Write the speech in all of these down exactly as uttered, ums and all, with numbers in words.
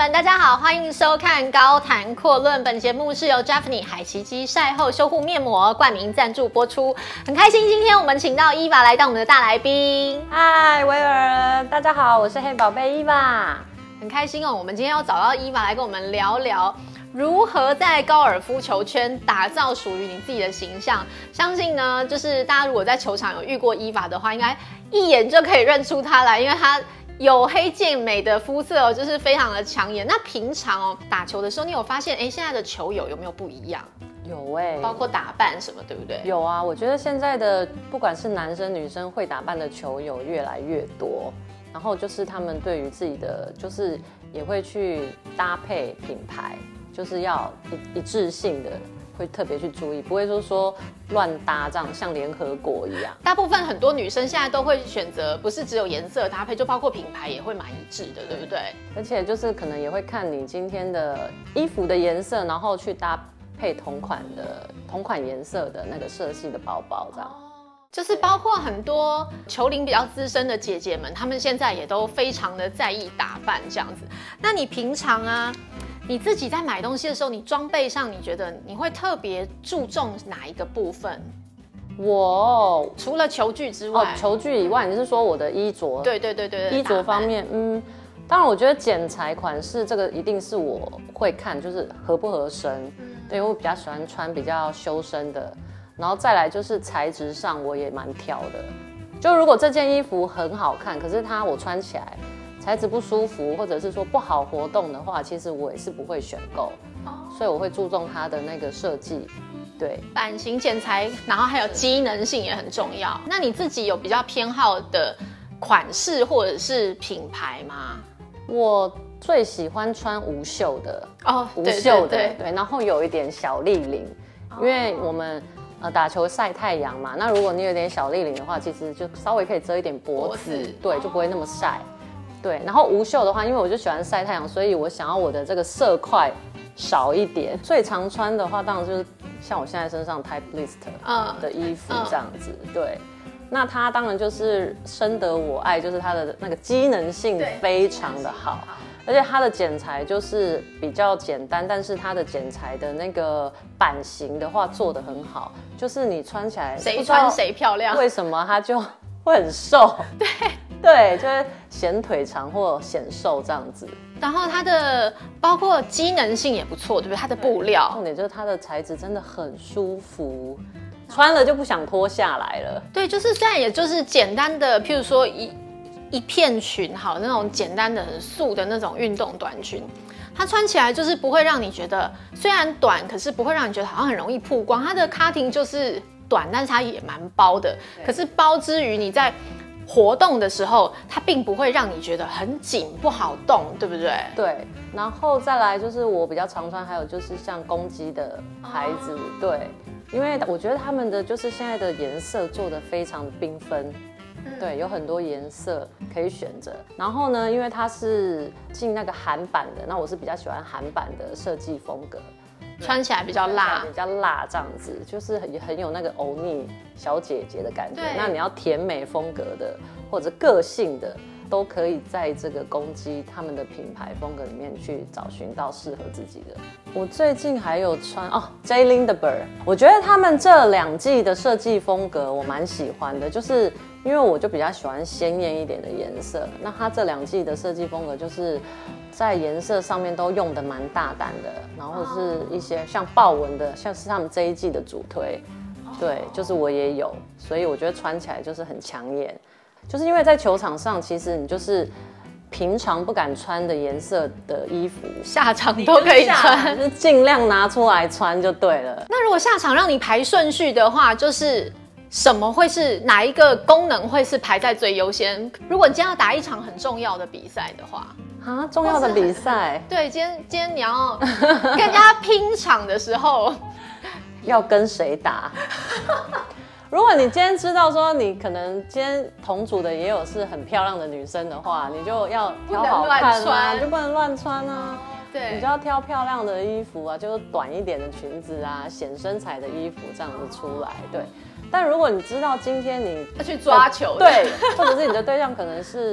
们，大家好，欢迎收看《高谈阔论》。本节目是由 Jaffney 海奇基晒后修护面膜冠名赞助播出。很开心，今天我们请到伊娃来当我们的大来宾。 嗨，威尔，大家好，我是黑宝贝伊娃。 很开心哦，我们今天要找到伊娃来跟我们聊聊如何在高尔夫球圈打造属于你自己的形象。相信呢，就是大家如果在球场有遇过伊娃的话，应该一眼就可以认出她来，因为她黝黑健美的肤色哦，就是非常的抢眼。那平常哦打球的时候，你有发现哎，现在的球友有没有不一样？ 有哎、欸， 包括打扮什么，对不对？ 有啊，我觉得现在的不管是男生女生会打扮的球友越来越多，然后就是他们对于自己的就是也会去搭配品牌，就是要一一致性的。会特别去注意，不会说说乱搭这样，像联合国一样。 大部分很多女生现在都会选择，不是只有颜色搭配，就包括品牌也会蛮一致的，对不对？ 而且就是可能也会看你今天的衣服的颜色，然后去搭配同款的同款颜色的那个色系的包包，这样。哦， 就是包括很多球龄比较资深的姐姐们，她们现在也都非常的在意打扮这样子。那你平常啊？你自己在买东西的时候，你装备上你觉得你会特别注重哪一个部分？ 我除了球具之外， 哦，球具以外，你是说我的衣着？ 对对对对， 衣着方面，嗯，当然我觉得剪裁款式这个一定是我会看，就是合不合身。嗯，对，我比较喜欢穿比较修身的，然后再来就是材质上我也蛮挑的。就如果这件衣服很好看，可是它我穿起来材质不舒服，或者是说不好活动的话，其实我也是不会选购，所以我会注重它的那个设计，对， 版型、剪裁，然后还有机能性也很重要。那你自己有比较偏好的款式或者是品牌吗？ 我最喜欢穿无袖的哦， 无袖的， 对, 对, 对，然后有一点小立领，因为我们呃打球晒太阳嘛，那如果你有点小立领的话，其实就稍微可以遮一点脖子，脖子对，就不会那么晒。对，然后无袖的话，因为我就喜欢晒太阳，所以我想要我的这个色块少一点。最常穿的话，当然就是像我现在身上 Titleist 的衣服这样子。嗯嗯、对，那它当然就是深得我爱，就是它的那个机能性非常的好，而且它的剪裁就是比较简单，但是它的剪裁的那个版型的话做得很好，就是你穿起来谁穿谁漂亮， 为什么它就会很瘦？对。对，就是显腿长或显瘦这样子。 然后它的包括机能性也不错，对不对？它的布料， 重点就是它的材质真的很舒服，穿了就不想脱下来了。 对，就是虽然也就是简单的，譬如说一一片裙，好那种简单的很素的那种运动短裙，它穿起来就是不会让你觉得虽然短，可是不会让你觉得好像很容易曝光。它的 cutting 就是短，但是它也蛮包的。可是包之余你在活动的时候，它并不会让你觉得很紧，不好动，对不对？ 对，然后再来就是我比较常穿，还有就是像公鸡的牌子，哦、对，因为我觉得他们的就是现在的颜色做得非常的缤纷，嗯、对，有很多颜色可以选择。然后呢，因为它是进那个韩版的，那我是比较喜欢韩版的设计风格。 穿起来比较辣， 比较辣这样子，就是也很有那个欧尼小姐姐的感觉。那你要甜美风格的或者个性的，都可以在这个公鸡他们的品牌风格里面去找寻到适合自己的。我最近还有穿哦 J. Lindeberg， 我觉得他们这两季的设计风格我蛮喜欢的，就是因为我就比较喜欢鲜艳一点的颜色。那他这两季的设计风格就是在颜色上面都用的蛮大胆的，然后是一些像豹纹的，像是他们这一季的主推，对，就是我也有，所以我觉得穿起来就是很抢眼。就是因为在球场上，其实你就是平常不敢穿的颜色的衣服， 下场都可以穿， 就是尽量拿出来穿就对了。 那如果下场让你排顺序的话，就是什么会是哪一个功能会是排在最优先？如果你今天要打一场很重要的比赛的话。 啊，重要的比赛， 对，今天今天你要跟人家拼场的时候， 要跟谁打？如果你今天知道说你可能今天同组的也有是很漂亮的女生的话，你就要挑好看啊，你就不能乱穿啊。对，你就要挑漂亮的衣服啊，就是短一点的裙子啊，显身材的衣服这样子出来。对，但如果你知道今天你要去抓球， 对，或者是你的对象可能是。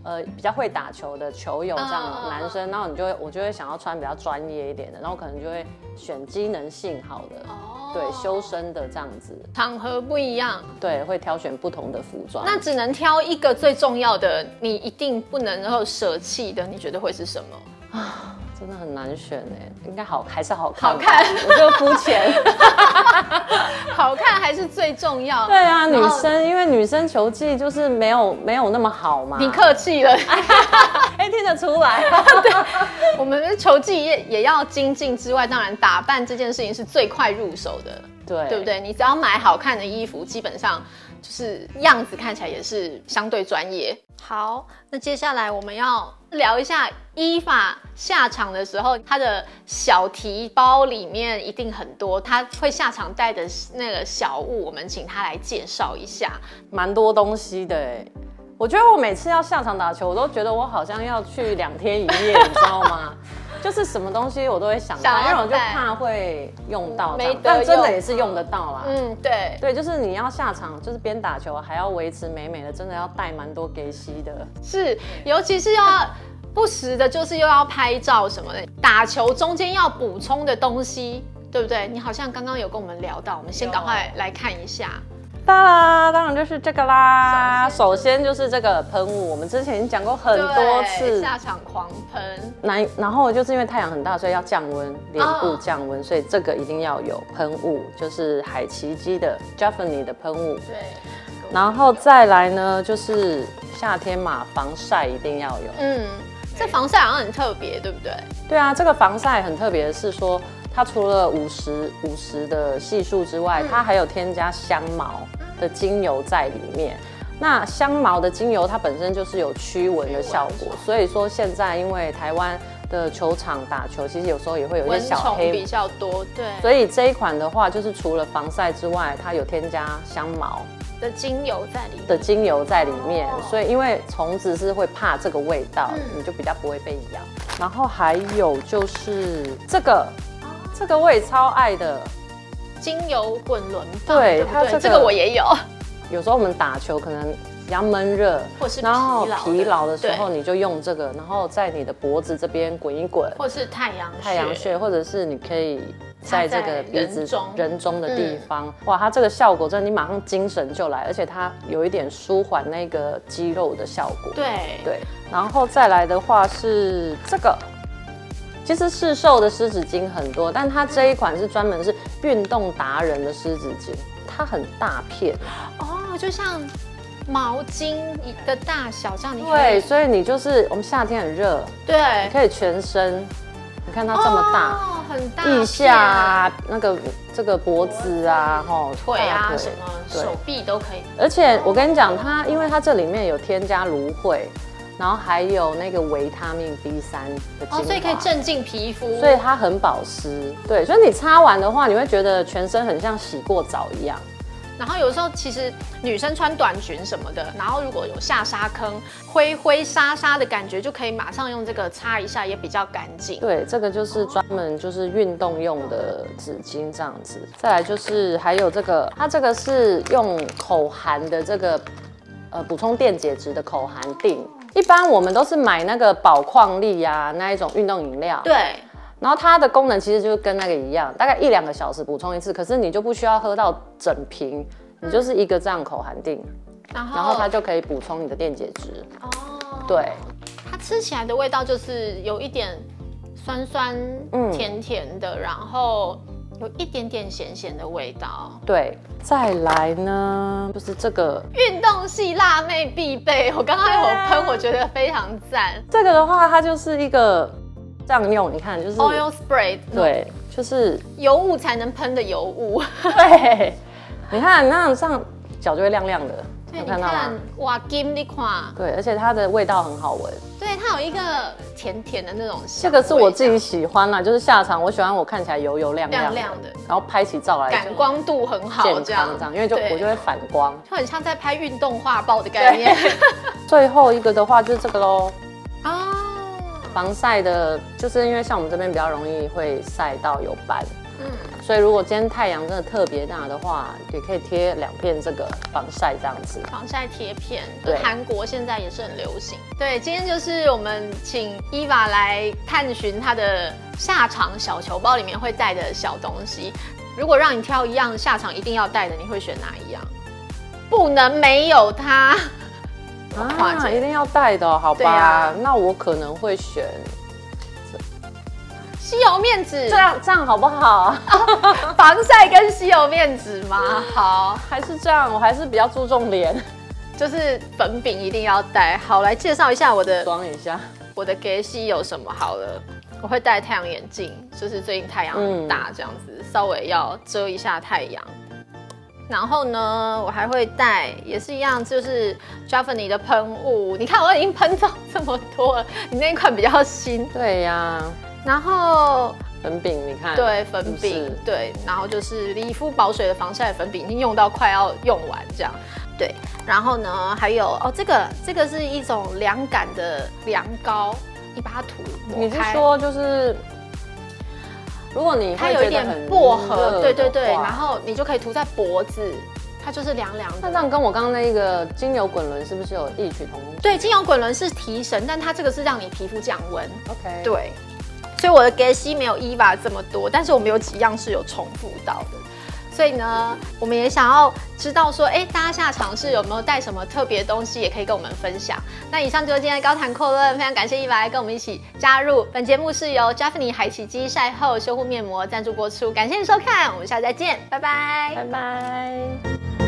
呃比较会打球的球友这样、 嗯、 男生，然后你就会我就会想要穿比较专业一点的，然后可能就会选机能性好的，哦、对，修身的这样子。 场合不一样， 对，会挑选不同的服装。 那只能挑一个最重要的，你一定不能够舍弃的，你觉得会是什么啊？真的很难选哎，应该好还是好看？ 好看， 我就肤浅。 好看还是最重要。 对啊，女生因为女生球技就是没有没有那么好嘛。 你客气了， 哎，听得出来。 对，我们的球技也也要精进之外，当然打扮这件事情是最快入手的， 对， 对不对？你只要买好看的衣服，基本上就是样子看起来也是相对专业。好，那接下来我们要聊一下伊法下场的时候，他的小提包里面一定很多，他会下场带的那个小物，我们请他来介绍一下。 蛮多东西的哎，我觉得我每次要下场打球，我都觉得我好像要去两天一夜，你知道吗？就是什么东西我都会想到，因为我就怕会用到， 没得用， 但真的也是用得到啦。 嗯，对， 对，就是你要下场，就是边打球还要维持美美的，真的要带蛮多给息的。 是，尤其是要不时的，就是又要拍照什么的，打球中间要补充的东西，对不对？你好像刚刚有跟我们聊到，我们先赶快来看一下。 当然，当然就是这个啦。首先就是这个喷雾，我们之前已经讲过很多次， 下场狂喷。 然然后就是因为太阳很大，所以要降温，脸部降温，哦、所以这个一定要有喷雾，就是海奇基的 Jaffany 的喷雾。 对。 然后再来呢，就是夏天嘛，防晒一定要有。 嗯，这防晒好像很特别，对不对？ 对啊，这个防晒很特别的是说，它除了五十五十的系数之外，嗯、它还有添加香茅的精油在里面。那香茅的精油它本身就是有驱蚊的效果，所以说现在因为台湾的球场打球，其实有时候也会有一些小黑蚊虫比较多，对。 所以这一款的话，就是除了防晒之外，它有添加香茅的精油在里面的精油在里面，哦、所以因为虫子是会怕这个味道，嗯、你就比较不会被咬。然后还有就是这个。这个我也超爱的， 精油滚轮棒， 对， 对不对？ 它这个这个我也有。 有时候我们打球可能比较闷热， 或是然后疲劳的时候，你就用这个，然后在你的脖子这边滚一滚， 或是太阳穴， 太阳穴，或者是你可以在这个鼻子人中的地方，嗯、哇，它这个效果真的，你马上精神就来，而且它有一点舒缓那个肌肉的效果。 对对，然后再来的话是这个。其实市售的湿纸巾很多，但它这一款是专门是运动达人的湿纸巾，它很大片哦，就像毛巾的大小，这样你可以对，所以你就是我们夏天很热， 对， 你可以全身，你看它这么大， 哦，很大， 腋下啊，那个这个脖子啊，吼， 腿啊什么，手臂都可以。 而且我跟你讲，它因为它这里面有添加芦荟。然后还有那个维他命 B 三 的精华， 哦，所以可以镇静皮肤， 所以它很保湿。对，所以你擦完的话，你会觉得全身很像洗过澡一样。 然后有时候其实女生穿短裙什么的，然后如果有下沙坑，灰灰沙沙的感觉，就可以马上用这个擦一下，也比较干净。 对，这个就是专门就是运动用的纸巾这样子。再来就是还有这个，它这个是用口含的这个呃补充电解质的口含锭。一般我们都是买那个宝矿力啊，那一种运动饮料。 对。 然后它的功能其实就跟那个一样，大概一两个小时补充一次，可是你就不需要喝到整瓶，你就是一个这样口含锭，然后, 然后它就可以补充你的电解质。哦。对。 它吃起来的味道就是有一点酸酸甜甜的，嗯、然后有一点点咸咸的味道。 对。再来呢，就是这个运动系辣妹必备，我刚刚有喷，我觉得非常赞。 这个的话，它就是一个这样用，你看就是 oil spray， 对，就是油雾才能喷的油雾。 对，你看那样上脚就会亮亮的。 对，你看，哇，金你看， 对，而且它的味道很好闻， 对，它有一个甜甜的那种香。 这个是我自己喜欢啦，就是下场我喜欢我看起来油油亮亮的，亮亮的，然后拍起照来感光度很好， 健康这样，因为就我就会反光， 就很像在拍运动画报的概念。 最后一个的话就是这个喽， 啊， 防晒的，就是因为像我们这边比较容易会晒到有斑。 嗯，所以如果今天太阳真的特别大的话，也可以贴两片这个防晒这样子。 防晒贴片， 对， 韩国现在也是很流行。对，今天就是我们请伊娃来探寻她的下场小球包里面会带的小东西。如果让你挑一样下场一定要带的，你会选哪一样？不能没有它。 啊，一定要带的、哦，好吧？啊、那我可能会选吸油面纸， 这样这样好不好？ 防晒跟吸油面纸吗？好， 还是这样，我还是比较注重脸， 就是粉饼一定要带。好，来介绍一下我的， 装一下我的给洗有什么好了。我会戴太阳眼镜，就是最近太阳很大，这样子、嗯、稍微要遮一下太阳。然后呢，我还会带，也是一样，就是 Jaffany 的喷雾。你看我已经喷到这么多了，你那一款比较新。 对呀、啊。 然后粉饼，你看。 对，粉饼，对。然后就是理肤保水的防晒粉饼，已经用到快要用完这样。对。然后呢，还有哦，这个这个是一种凉感的凉膏，你把它涂抹开。 你是说就是？如果你它有一点薄荷，对对对，然后你就可以涂在脖子，它就是凉凉的。 那这样跟我刚刚那个精油滚轮是不是有异曲同工？ 对，精油滚轮是提神，但它这个是让你皮肤降温。 OK， 对，所以我的给洗没有伊娃这么多，但是我们有几样是有重复到的。所以呢，我们也想要知道说，哎，大家下场是有没有带什么特别东西，也可以跟我们分享。那以上就是今天的高谈阔论，非常感谢伊娃来跟我们一起加入。本节目是由 Jaffany 海奇肌晒后修护面膜赞助播出，感谢你收看，我们下次再见，拜拜， 拜拜。